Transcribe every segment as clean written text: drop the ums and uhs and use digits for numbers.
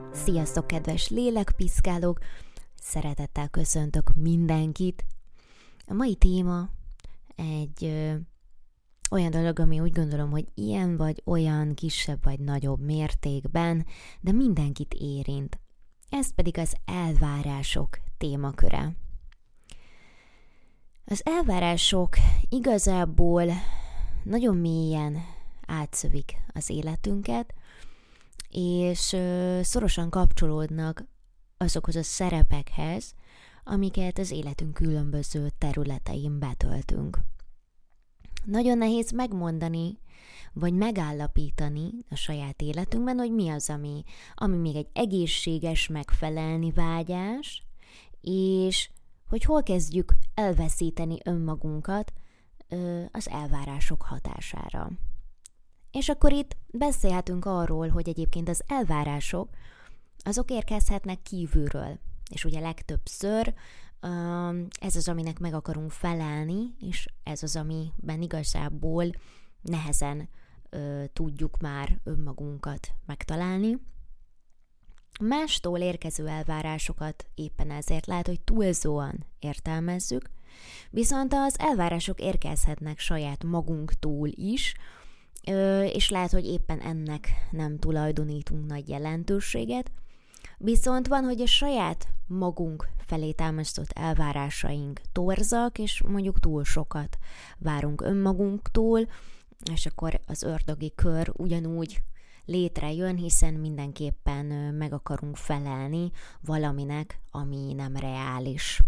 Sziasztok, kedves lélekpiszkálók! Szeretettel köszöntök mindenkit. A mai téma egy olyan dolog, ami úgy gondolom, hogy ilyen vagy olyan kisebb vagy nagyobb mértékben, de mindenkit érint. Ez pedig az elvárások témaköre. Az elvárások igazából nagyon mélyen átszövik az életünket, és szorosan kapcsolódnak azokhoz a szerepekhez, amiket az életünk különböző területein betöltünk. Nagyon nehéz megmondani, vagy megállapítani a saját életünkben, hogy mi az, ami még egy egészséges megfelelni vágyás, és hogy hol kezdjük elveszíteni önmagunkat az elvárások hatására. És akkor itt beszélhetünk arról, hogy egyébként az elvárások, azok érkezhetnek kívülről. És ugye legtöbbször ez az, aminek meg akarunk felelni, és ez az, amiben igazából nehezen tudjuk már önmagunkat megtalálni. Mástól érkező elvárásokat éppen ezért lehet, hogy túlzóan értelmezzük, viszont az elvárások érkezhetnek saját magunktól is, és lehet, hogy éppen ennek nem tulajdonítunk nagy jelentőséget, viszont van, hogy a saját magunk felé támasztott elvárásaink torzak, és mondjuk túl sokat várunk önmagunktól, és akkor az ördögi kör ugyanúgy létrejön, hiszen mindenképpen meg akarunk felelni valaminek, ami nem reális.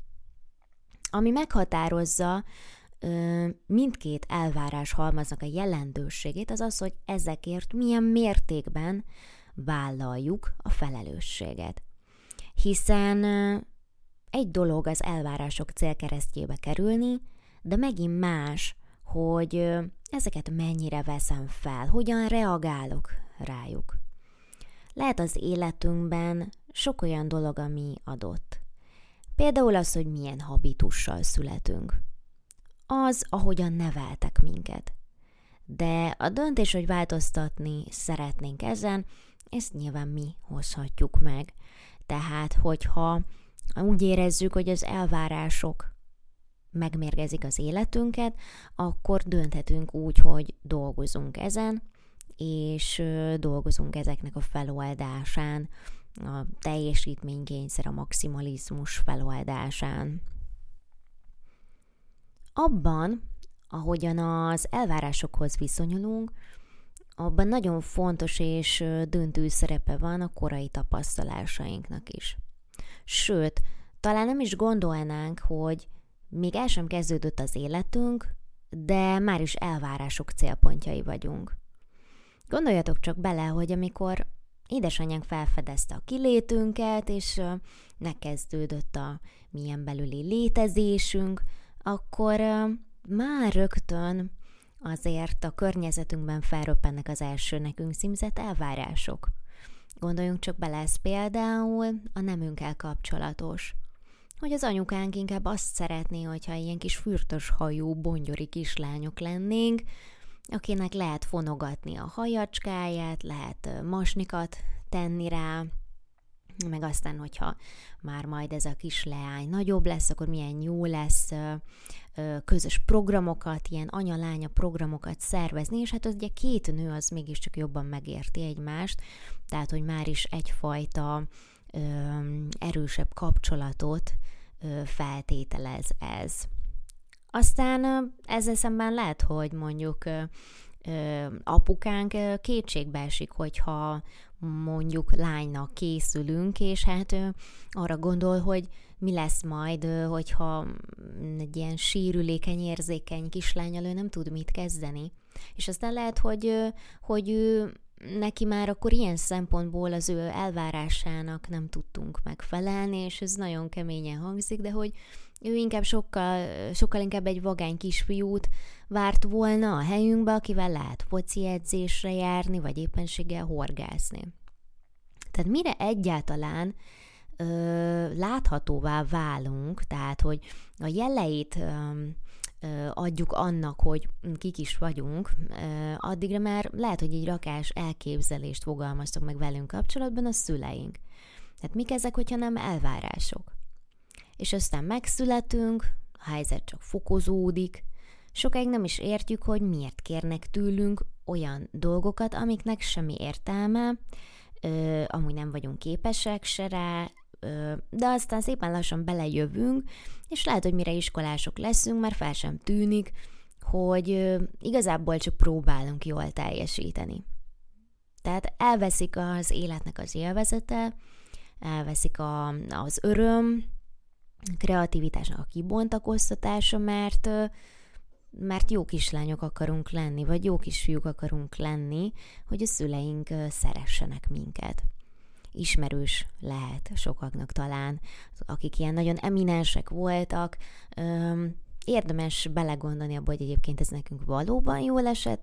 Ami meghatározza mindkét elvárás halmaznak a jelentőségét, az az, hogy ezekért milyen mértékben vállaljuk a felelősséget. Hiszen egy dolog az elvárások célkeresztjébe kerülni, de megint más, hogy ezeket mennyire veszem fel, hogyan reagálok rájuk. Lehet az életünkben sok olyan dolog, ami adott. Például az, hogy milyen habitussal születünk. Az, ahogyan neveltek minket. De a döntés, hogy változtatni szeretnénk ezen, ezt nyilván mi hozhatjuk meg. Tehát, hogyha úgy érezzük, hogy az elvárások megmérgezik az életünket, akkor dönthetünk úgy, hogy dolgozunk ezen, és dolgozunk ezeknek a feloldásán, a teljesítménykényszer, a maximalizmus feloldásán. Abban, ahogyan az elvárásokhoz viszonyulunk, abban nagyon fontos és döntő szerepe van a korai tapasztalásainknak is. Sőt, talán nem is gondolnánk, hogy még el sem kezdődött az életünk, de már is elvárások célpontjai vagyunk. Gondoljatok csak bele, hogy amikor édesanyánk felfedezte a kilétünket, és megkezdődött a milyen belüli létezésünk, akkor már rögtön azért a környezetünkben felröppennek az első nekünk címzett elvárások. Gondoljunk csak bele, ez például a nemünkkel kapcsolatos. Hogy az anyukánk inkább azt szeretné, hogyha ilyen kis fürtös hajú, bongyori kislányok lennénk, akinek lehet fonogatni a hajacskáját, lehet masnikat tenni rá, meg aztán, hogyha már majd ez a kis leány nagyobb lesz, akkor milyen jó lesz közös programokat, ilyen anya-lánya programokat szervezni, és hát ugye két nő az mégiscsak jobban megérti egymást, tehát, hogy már is egyfajta erősebb kapcsolatot feltételez ez. Aztán ezzel szemben lehet, hogy mondjuk apukánk kétségbe esik, hogyha mondjuk lánynak készülünk, és hát arra gondol, hogy mi lesz majd, hogyha egy ilyen sérülékeny, érzékeny kislánnyal ő nem tud mit kezdeni. És aztán lehet, hogy ő neki már akkor ilyen szempontból az ő elvárásának nem tudtunk megfelelni, és ez nagyon keményen hangzik, de hogy ő inkább sokkal inkább egy vagány kisfiút várt volna a helyünkbe, akivel lehet foci edzésre járni, vagy éppenséggel horgászni. Tehát mire egyáltalán láthatóvá válunk, tehát hogy a jeleit adjuk annak, hogy kik is vagyunk, addigra már lehet, hogy egy rakás elképzelést fogalmaztak meg velünk kapcsolatban a szüleink. Tehát mik ezek, hogyha nem elvárások? És aztán megszületünk, a helyzet csak fokozódik, sokáig nem is értjük, hogy miért kérnek tőlünk olyan dolgokat, amiknek semmi értelme, amúgy nem vagyunk képesek se rá, de aztán szépen lassan belejövünk, és lehet, hogy mire iskolások leszünk, már fel sem tűnik, hogy igazából csak próbálunk jól teljesíteni. Tehát elveszik az életnek az élvezete, elveszik az öröm, kreativitásnak a kibontakoztatása, mert jó kislányok akarunk lenni, vagy jó kisfiúk akarunk lenni, hogy a szüleink szeressenek minket. Ismerős lehet sokaknak talán, akik ilyen nagyon eminensek voltak, érdemes belegondolni abba, hogy egyébként ez nekünk valóban jól esett,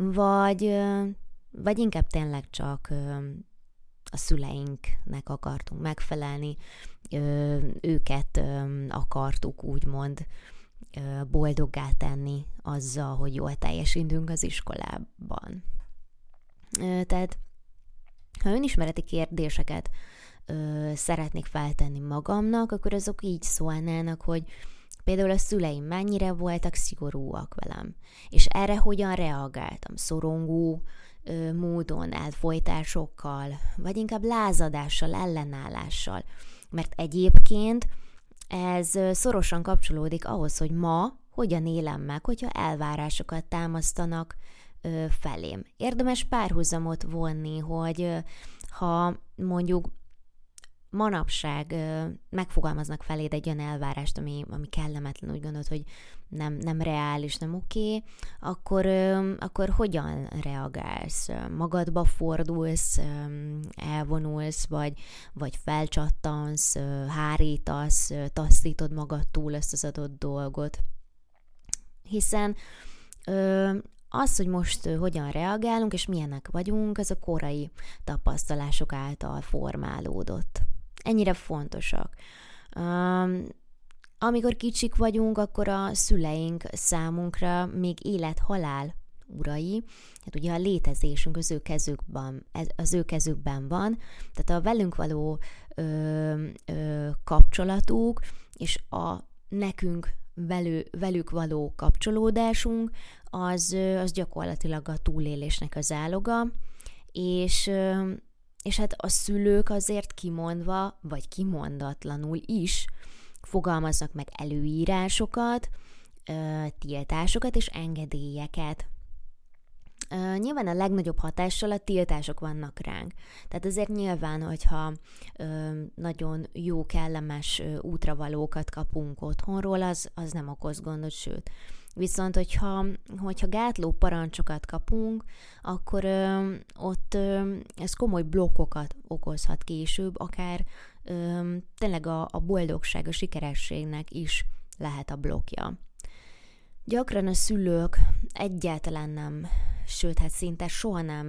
vagy inkább tényleg csak a szüleinknek akartunk megfelelni, őket akartuk úgymond boldoggá tenni azzal, hogy jól teljesítünk az iskolában. Tehát ha önismereti kérdéseket szeretnék feltenni magamnak, akkor azok így szólnának, hogy például a szüleim mennyire voltak szigorúak velem, és erre hogyan reagáltam, szorongó módon, elfojtásokkal, vagy inkább lázadással, ellenállással, mert egyébként ez szorosan kapcsolódik ahhoz, hogy ma hogyan élem meg, hogyha elvárásokat támasztanak felém. Érdemes párhuzamot vonni, hogy ha mondjuk manapság megfogalmaznak feléd egy olyan elvárást, ami kellemetlen, úgy gondolod, hogy nem reális, nem oké, akkor hogyan reagálsz? Magadba fordulsz, elvonulsz, vagy felcsattansz, hárítasz, taszítod magadtól ezt az adott dolgot. Hiszen az, hogy most hogyan reagálunk, és milyenek vagyunk, az a korai tapasztalások által formálódott. Ennyire fontosak. Amikor kicsik vagyunk, akkor a szüleink számunkra még élet-halál urai, hát ugye a létezésünk az ő kezükben van, tehát a velünk való kapcsolatuk, és a nekünk velük való kapcsolódásunk, az gyakorlatilag a túlélésnek az áloga, és hát a szülők azért kimondva, vagy kimondatlanul is fogalmaznak meg előírásokat, tiltásokat és engedélyeket. Nyilván a legnagyobb hatással a tiltások vannak ránk. Tehát azért nyilván, hogyha nagyon jó, kellemes útravalókat kapunk otthonról, az nem okoz gondot, sőt. Viszont, hogyha gátló parancsokat kapunk, akkor ott ez komoly blokkokat okozhat később, akár tényleg a boldogság, a sikerességnek is lehet a blokkja. Gyakran a szülők egyáltalán nem, sőt, hát szinte soha nem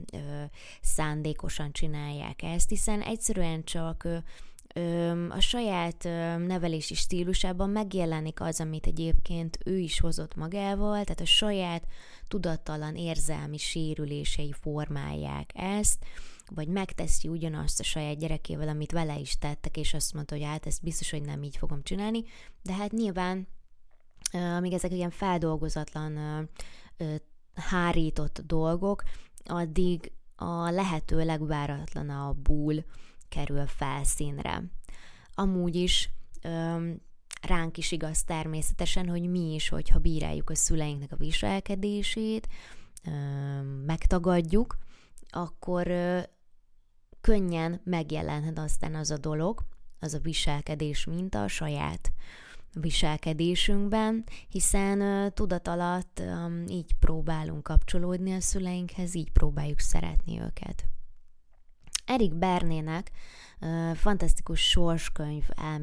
szándékosan csinálják ezt, hiszen egyszerűen csak a saját nevelési stílusában megjelenik az, amit egyébként ő is hozott magával, tehát a saját tudattalan érzelmi sérülései formálják ezt, vagy megteszi ugyanazt a saját gyerekével, amit vele is tettek, és azt mondta, hogy hát ezt biztos, hogy nem így fogom csinálni, de hát nyilván amíg ezek ilyen feldolgozatlan, hárított dolgok, addig a lehető legváratlanabbul kerül felszínre. Amúgy is ránk is igaz természetesen, hogy mi is, hogyha bíráljuk a szüleinknek a viselkedését, megtagadjuk, akkor könnyen megjelenhet aztán az a dolog, az a viselkedés minta a saját viselkedésünkben, hiszen tudat alatt így próbálunk kapcsolódni a szüleinkhez, így próbáljuk szeretni őket. Erik Bernének fantasztikus sorskönyv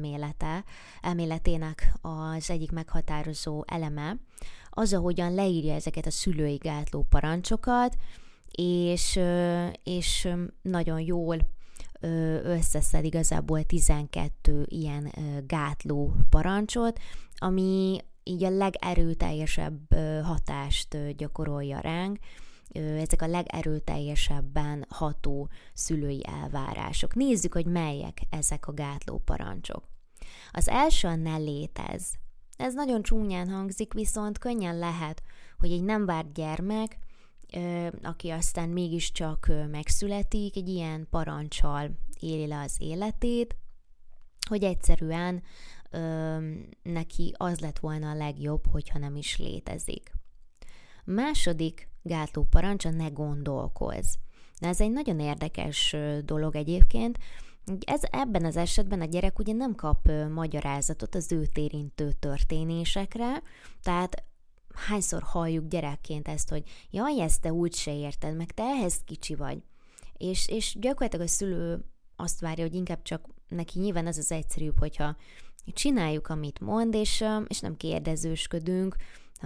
elméletének az egyik meghatározó eleme az, ahogyan leírja ezeket a szülői gátló parancsokat, és nagyon jól összeszed igazából 12 ilyen gátló parancsot, ami így a legerőteljesebb hatást gyakorolja ránk, ezek a legerőteljesebben ható szülői elvárások. Nézzük, hogy melyek ezek a gátló parancsok. Az első a ne létezz. Ez nagyon csúnyán hangzik, viszont könnyen lehet, hogy egy nem várt gyermek, aki aztán mégiscsak megszületik, egy ilyen paranccsal éli le az életét, hogy egyszerűen neki az lett volna a legjobb, hogyha nem is létezik. Második gátló parancs a ne gondolkozz. Na, ez egy nagyon érdekes dolog egyébként. Ebben az esetben a gyerek ugye nem kap magyarázatot az őt érintő történésekre, tehát hányszor halljuk gyerekként ezt, hogy jaj, ezt te úgyse érted, meg te ehhez kicsi vagy. És gyakorlatilag a szülő azt várja, hogy inkább csak neki nyilván ez az egyszerűbb, hogyha csináljuk, amit mond, és nem kérdezősködünk,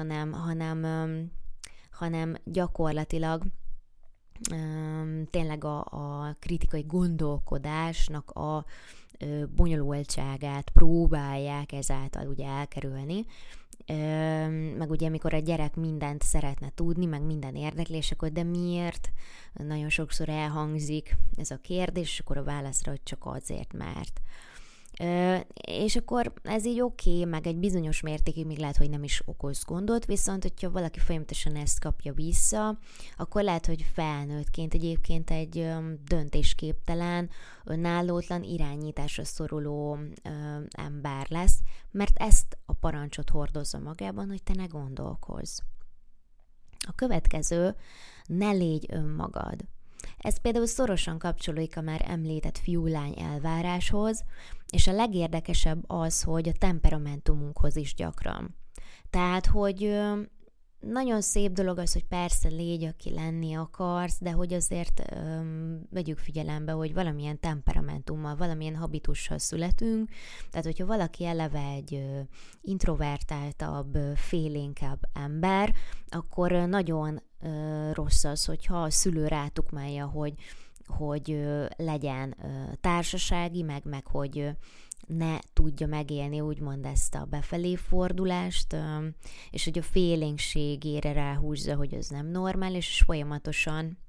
hanem gyakorlatilag tényleg a kritikai gondolkodásnak a bonyolultságát próbálják ezáltal ugye elkerülni. Meg ugye amikor a gyerek mindent szeretne tudni, meg minden érdeklés, akkor de miért? Nagyon sokszor elhangzik ez a kérdés, és akkor a válaszra, hogy csak azért, mert. És akkor ez így oké, meg egy bizonyos mértékig még lehet, hogy nem is okoz gondot, viszont hogyha valaki folyamatosan ezt kapja vissza, akkor lehet, hogy felnőttként egyébként egy döntésképtelen, önállótlan, irányításra szoruló ember lesz, mert ezt a parancsot hordozza magában, hogy te ne gondolkozz. A következő, ne légy önmagad. Ez például szorosan kapcsolódik a már említett fiú-lány elváráshoz, és a legérdekesebb az, hogy a temperamentumunkhoz is gyakran. Tehát, hogy nagyon szép dolog az, hogy persze légy, aki lenni akarsz, de hogy azért vegyük figyelembe, hogy valamilyen temperamentummal, valamilyen habitussal születünk, tehát hogyha valaki eleve egy introvertáltabb, félénkebb ember, akkor nagyon rossz az, hogyha a szülő rátukmálja, hogy legyen társasági, meg hogy ne tudja megélni úgymond ezt a befelé fordulást, és hogy a félénkségére ráhúzza, hogy az nem normális, és folyamatosan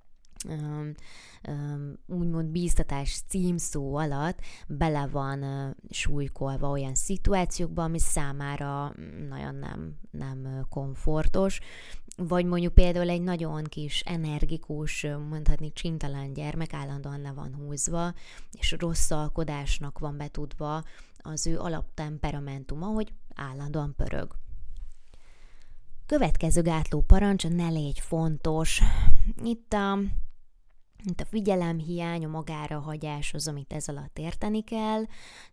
úgymond bíztatás címszó alatt bele van súlykolva olyan szituációkba, ami számára nagyon nem komfortos, vagy mondjuk például egy nagyon kis energikus, mondhatni csintalan gyermek állandóan le van húzva, és rosszalkodásnak van betudva az ő alaptemperamentuma, hogy állandóan pörög. Következő gátló parancs, ne légy fontos. Itt a figyelemhiány, a magára hagyás az, amit ez alatt érteni kell.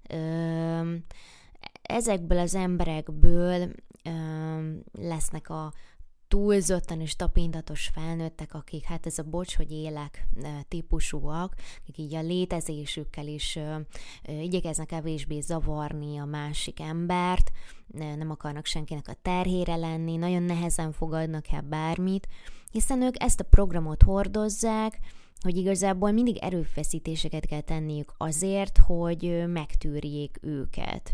Ezekből az emberekből lesznek a túlzottan és tapintatos felnőttek, akik hát ez a bocs, hogy élek típusúak, akik így a létezésükkel is igyekeznek kevésbé zavarni a másik embert, nem akarnak senkinek a terhére lenni, nagyon nehezen fogadnak el bármit, hiszen ők ezt a programot hordozzák, hogy igazából mindig erőfeszítéseket kell tenniük azért, hogy megtűrjék őket.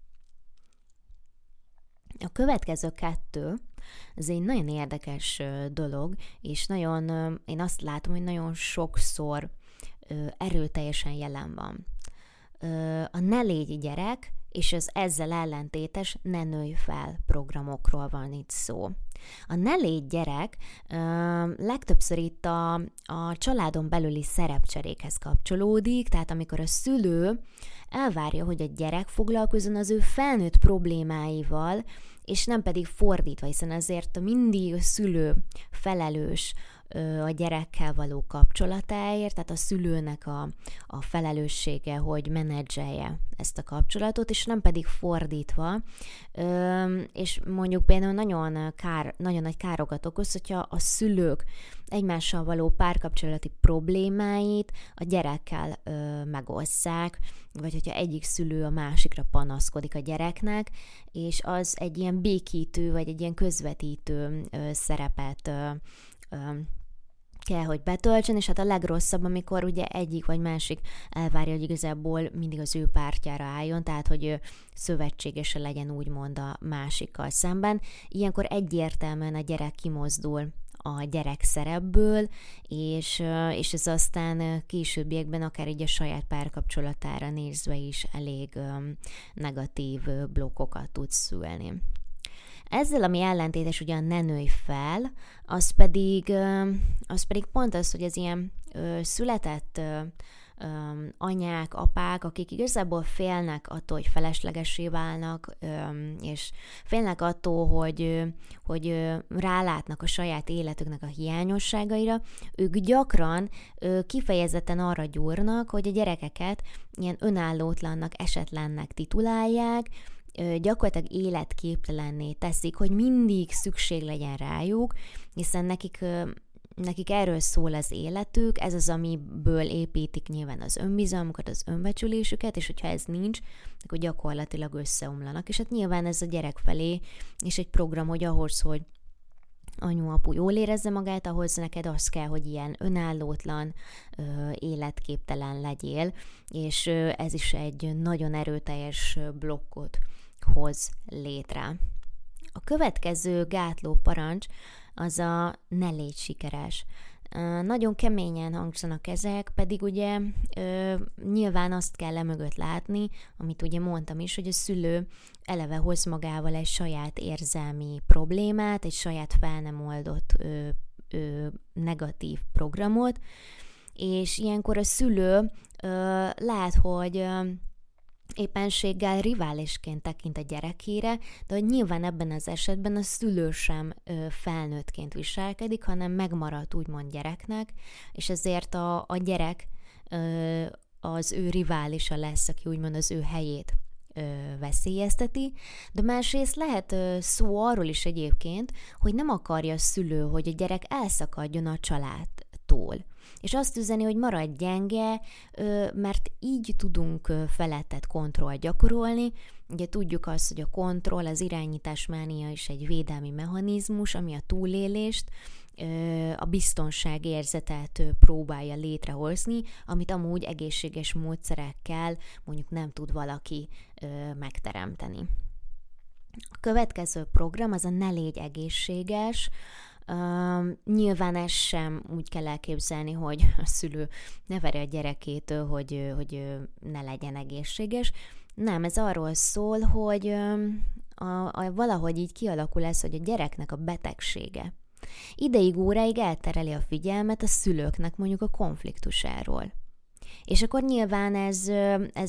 A következő kettő, ez egy nagyon érdekes dolog, és nagyon, én azt látom, hogy nagyon sokszor erőteljesen jelen van. A ne légy gyerek, és az ezzel ellentétes ne nőj fel programokról van itt szó. A ne légy gyerek legtöbbször itt a családon belüli szerepcserékhez kapcsolódik, tehát amikor a szülő elvárja, hogy a gyerek foglalkozzon az ő felnőtt problémáival, és nem pedig fordítva, hiszen azért mindig a szülő felelős a gyerekkel való kapcsolatáért, tehát a szülőnek a felelőssége, hogy menedzselje ezt a kapcsolatot, és nem pedig fordítva, és mondjuk például nagyon nagy károkat okoz, hogyha a szülők egymással való párkapcsolati problémáit a gyerekkel megosszák, vagy hogyha egyik szülő a másikra panaszkodik a gyereknek, és az egy ilyen békítő, vagy egy ilyen közvetítő szerepet kell, hogy betöltsön, és hát a legrosszabb, amikor ugye egyik vagy másik elvárja, hogy igazából mindig az ő pártjára álljon, tehát hogy ő szövetségese legyen úgymond a másikkal szemben. Ilyenkor egyértelműen a gyerek kimozdul a gyerek szerepből, és ez aztán későbbiekben akár így a saját párkapcsolatára nézve is elég negatív blokkokat tud szülni. Ezzel, ami ellentétes, ugye a ne nőj fel, az pedig pont az, hogy az ilyen született anyák, apák, akik igazából félnek attól, hogy feleslegessé válnak, és félnek attól, hogy rálátnak a saját életüknek a hiányosságaira, ők gyakran kifejezetten arra gyúrnak, hogy a gyerekeket ilyen önállótlannak, esetlennek titulálják, gyakorlatilag életképtelenné teszik, hogy mindig szükség legyen rájuk, hiszen nekik erről szól az életük, ez az, amiből építik nyilván az önbizalmukat, az önbecsülésüket, és hogyha ez nincs, akkor gyakorlatilag összeomlanak. És hát nyilván ez a gyerek felé is egy program, hogy ahhoz, hogy anyu, apu jól érezze magát, ahhoz neked az kell, hogy ilyen önállótlan, életképtelen legyél, és ez is egy nagyon erőteljes blokkot hoz létre. A következő gátló parancs az a ne légy sikeres. Nagyon keményen hangzanak ezek, pedig ugye nyilván azt kell mögött látni, amit ugye mondtam is, hogy a szülő eleve hoz magával egy saját érzelmi problémát, egy saját fel nem oldott negatív programot, és ilyenkor a szülő lehet, hogy éppenséggel riválisként tekint a gyerekére, de hogy nyilván ebben az esetben a szülő sem felnőttként viselkedik, hanem megmaradt úgymond gyereknek, és ezért a gyerek az ő riválisa lesz, aki úgymond az ő helyét veszélyezteti, de másrészt lehet szó arról is egyébként, hogy nem akarja a szülő, hogy a gyerek elszakadjon a családtól. És azt üzeni, hogy maradj gyenge, mert így tudunk felettet kontroll gyakorolni. Ugye tudjuk azt, hogy a kontroll, az irányításmánia is egy védelmi mechanizmus, ami a túlélést, a biztonságérzetet próbálja létrehozni, amit amúgy egészséges módszerekkel mondjuk nem tud valaki megteremteni. A következő program az a ne légy egészséges. Nyilván ezt sem úgy kell elképzelni, hogy a szülő ne verje a gyerekétől, hogy ne legyen egészséges. Nem, ez arról szól, hogy valahogy így kialakul ez, hogy a gyereknek a betegsége ideig, óráig eltereli a figyelmet a szülőknek mondjuk a konfliktusáról. És akkor nyilván ez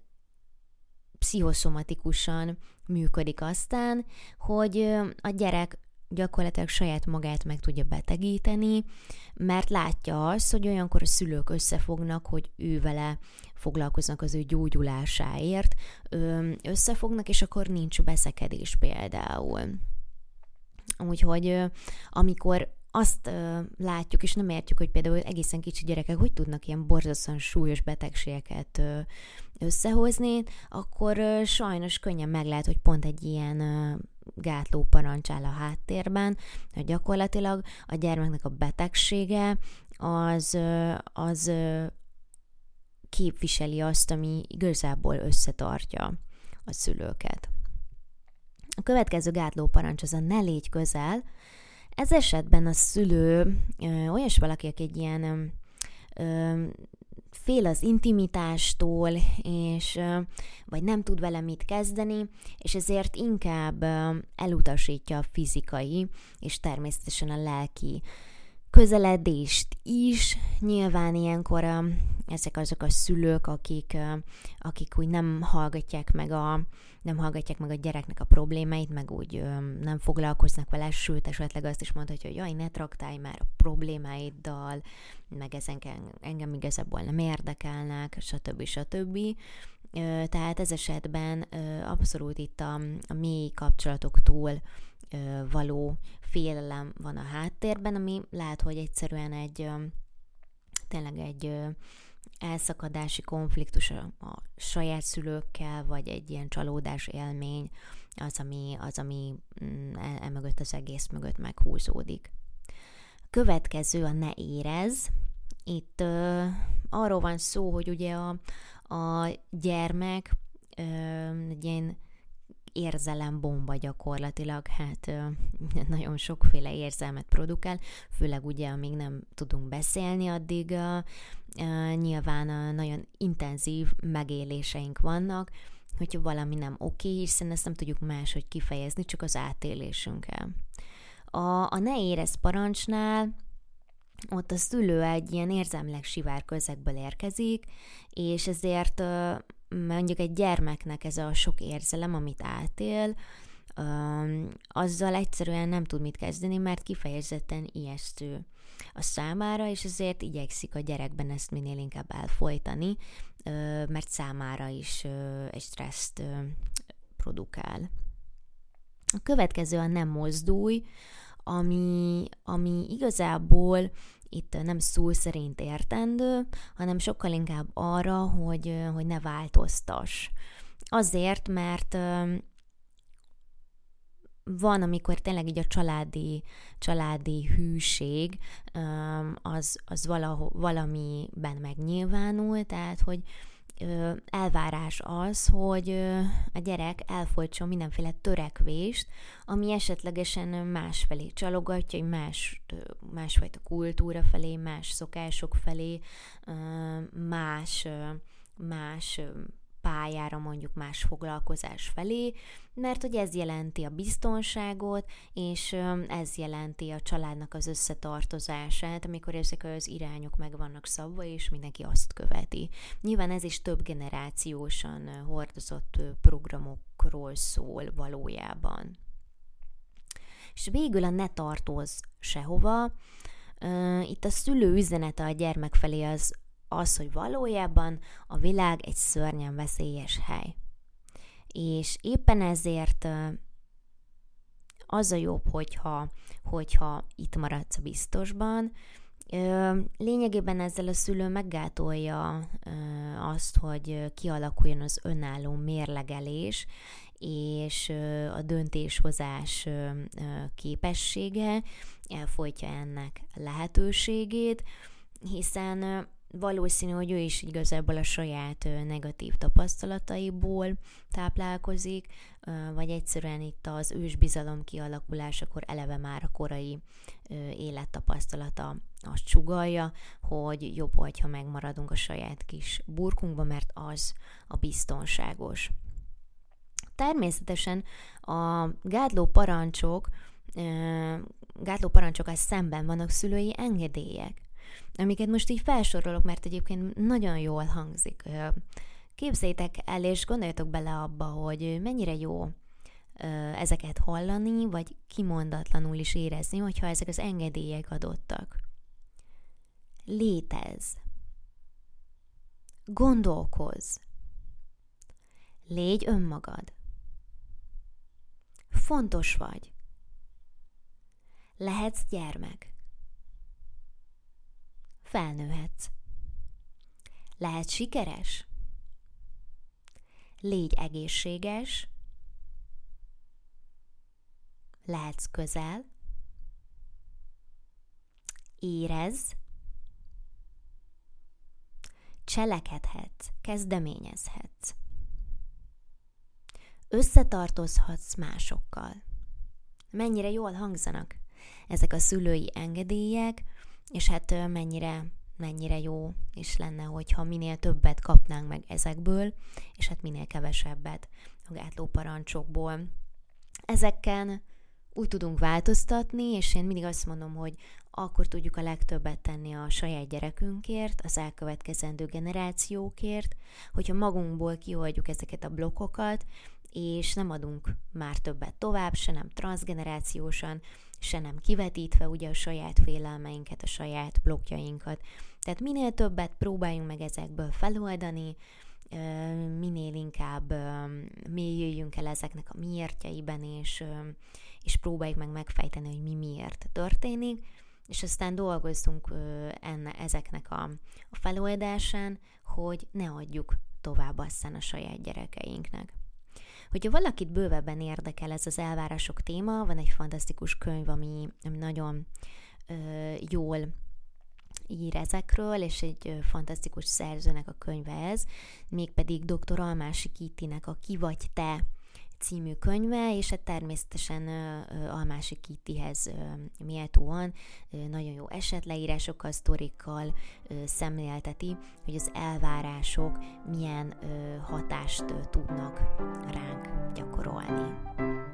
pszichoszomatikusan működik aztán, hogy a gyerek gyakorlatilag saját magát meg tudja betegíteni, mert látja azt, hogy olyankor a szülők összefognak, hogy ő vele foglalkoznak az ő gyógyulásáért, összefognak, és akkor nincs beszekedés például. Úgyhogy amikor azt látjuk, és nem értjük, hogy például egészen kicsi gyerekek hogy tudnak ilyen borzasztóan súlyos betegségeket összehozni, akkor sajnos könnyen meg lehet, hogy pont egy ilyen gátló parancs áll a háttérben, hogy gyakorlatilag a gyermeknek a betegsége az képviseli azt, ami igazából összetartja a szülőket. A következő gátló parancs az a ne légy közel. Ez esetben a szülő olyas valaki, aki egy ilyen fél az intimitástól, és vagy nem tud vele mit kezdeni, és ezért inkább elutasítja a fizikai, és természetesen a lelki közeledést is. Nyilván ilyenkor ezek azok a szülők, akik úgy nem hallgatják meg a gyereknek a problémáit, meg úgy nem foglalkoznak vele, sőt, esetleg azt is mondhatja, hogy jaj, ne traktálj már a problémáiddal, meg engem igazából nem érdekelnek, stb. Tehát ez esetben abszolút itt a mély kapcsolatoktól való félelem van a háttérben, ami lehet, hogy egyszerűen tényleg egy elszakadási konfliktus a saját szülőkkel, vagy egy ilyen csalódás élmény az, ami emögött az egész mögött meghúzódik. A Következő a ne érezz. Itt arról van szó, hogy ugye a gyermek egy ilyen érzelembomba gyakorlatilag, hát nagyon sokféle érzelmet produkál, főleg ugye, amíg nem tudunk beszélni, addig nyilván nagyon intenzív megéléseink vannak, hogyha valami nem oké, hiszen ezt nem tudjuk máshogy kifejezni, csak az átélésünkkel. A ne érezz parancsnál ott a szülő egy ilyen érzelmileg sivár közegből érkezik, és ezért mondjuk egy gyermeknek ez a sok érzelem, amit átél, azzal egyszerűen nem tud mit kezdeni, mert kifejezetten ijesztő a számára, és ezért igyekszik a gyerekben ezt minél inkább elfojtani, mert számára is egy stresszt produkál. A következő a nem mozdulj, ami igazából itt nem szó szerint értendő, hanem sokkal inkább arra, hogy ne változtass. Azért, mert van, amikor tényleg így a családi hűség az valamiben megnyilvánul, tehát, hogy elvárás az, hogy a gyerek elfolytson mindenféle törekvést, ami esetlegesen másfelé csalogatja, másfajta kultúra felé, más szokások felé, más pályára, mondjuk más foglalkozás felé, mert hogy ez jelenti a biztonságot, és ez jelenti a családnak az összetartozását, amikor ezek az irányok meg vannak szabva, és mindenki azt követi. Nyilván ez is több generációsan hordozott programokról szól valójában. És végül a ne tartozz sehova. Itt a szülő üzenete a gyermek felé az, hogy valójában a világ egy szörnyen veszélyes hely. És éppen ezért az a jobb, hogyha itt maradsz a biztosban. Lényegében ezzel a szülő meggátolja azt, hogy kialakuljon az önálló mérlegelés, és a döntéshozás képessége, elfolytja ennek lehetőségét, hiszen valószínű, hogy ő is igazából a saját negatív tapasztalataiból táplálkozik, vagy egyszerűen itt az ősbizalom kialakulásakor eleve már a korai élettapasztalata azt sugallja, hogy jobb, hogyha megmaradunk a saját kis burkunkba, mert az a biztonságos. Természetesen a gátló parancsokkal szemben vannak szülői engedélyek, amiket most így felsorolok, mert egyébként nagyon jól hangzik. Képzeljétek el, és gondoljatok bele abba, hogy mennyire jó ezeket hallani, vagy kimondatlanul is érezni, hogyha ezek az engedélyek adottak. Létezz. Gondolkozz. Légy önmagad. Fontos vagy. Lehetsz gyermek. Felnőhetsz. Lehetsz sikeres. Légy egészséges. Lehetsz közel. Érezz. Cselekedhetsz, kezdeményezhetsz. Összetartozhatsz másokkal. Mennyire jól hangzanak ezek a szülői engedélyek, és hát mennyire jó is lenne, hogyha minél többet kapnánk meg ezekből, és hát minél kevesebbet a gátló parancsokból. Ezeken úgy tudunk változtatni, és én mindig azt mondom, hogy akkor tudjuk a legtöbbet tenni a saját gyerekünkért, az elkövetkezendő generációkért, hogyha magunkból kioldjuk ezeket a blokkokat, és nem adunk már többet tovább, se nem transzgenerációsan, se nem kivetítve ugye a saját félelmeinket, a saját blokkjainkat. Tehát minél többet próbáljunk meg ezekből feloldani, minél inkább mélyüljünk el ezeknek a miértjeiben, és próbáljuk meg megfejteni, hogy mi miért történik, és aztán dolgozzunk ezeknek a feloldásán, hogy ne adjuk tovább aztán a saját gyerekeinknek. Hogyha valakit bővebben érdekel ez az elvárások téma, van egy fantasztikus könyv, ami nagyon jól ír ezekről, és egy fantasztikus szerzőnek a könyve ez, mégpedig dr. Almási Kittinek a Ki vagy te című könyve, és hát természetesen Almási Kittihez méltóan nagyon jó esetleírásokkal, sztorikkal szemlélteti, hogy az elvárások milyen hatást tudnak ránk gyakorolni.